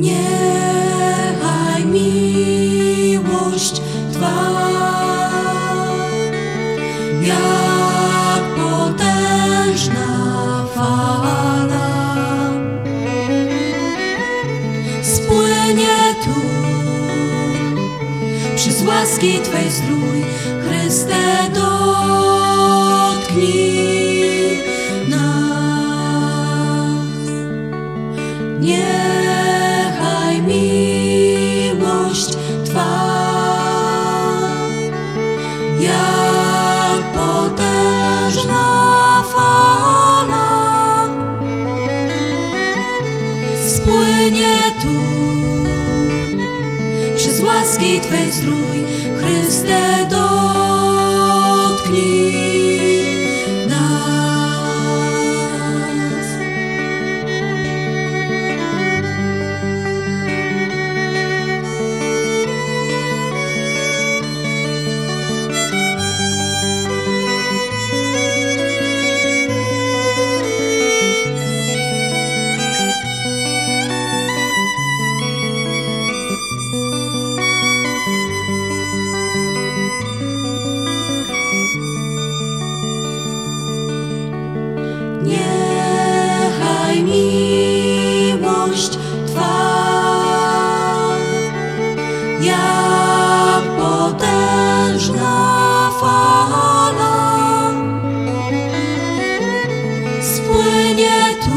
Niechaj miłość Twa jak potężna fala spłynie tu przez łaski Twej zdrój. Chryste, dotknij nas. Niechaj miłość Twa jak potężna fala spłynie tu przez łaski Twej zdrój. Chryste, dotknij nas. Niechaj miłość Twa jak potężna fala spłynie tu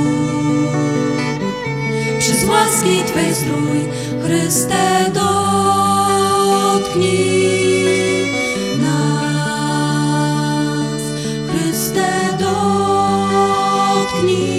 przez łaski Twej zdrój. Chryste, dotknij nas. Chryste, dotknij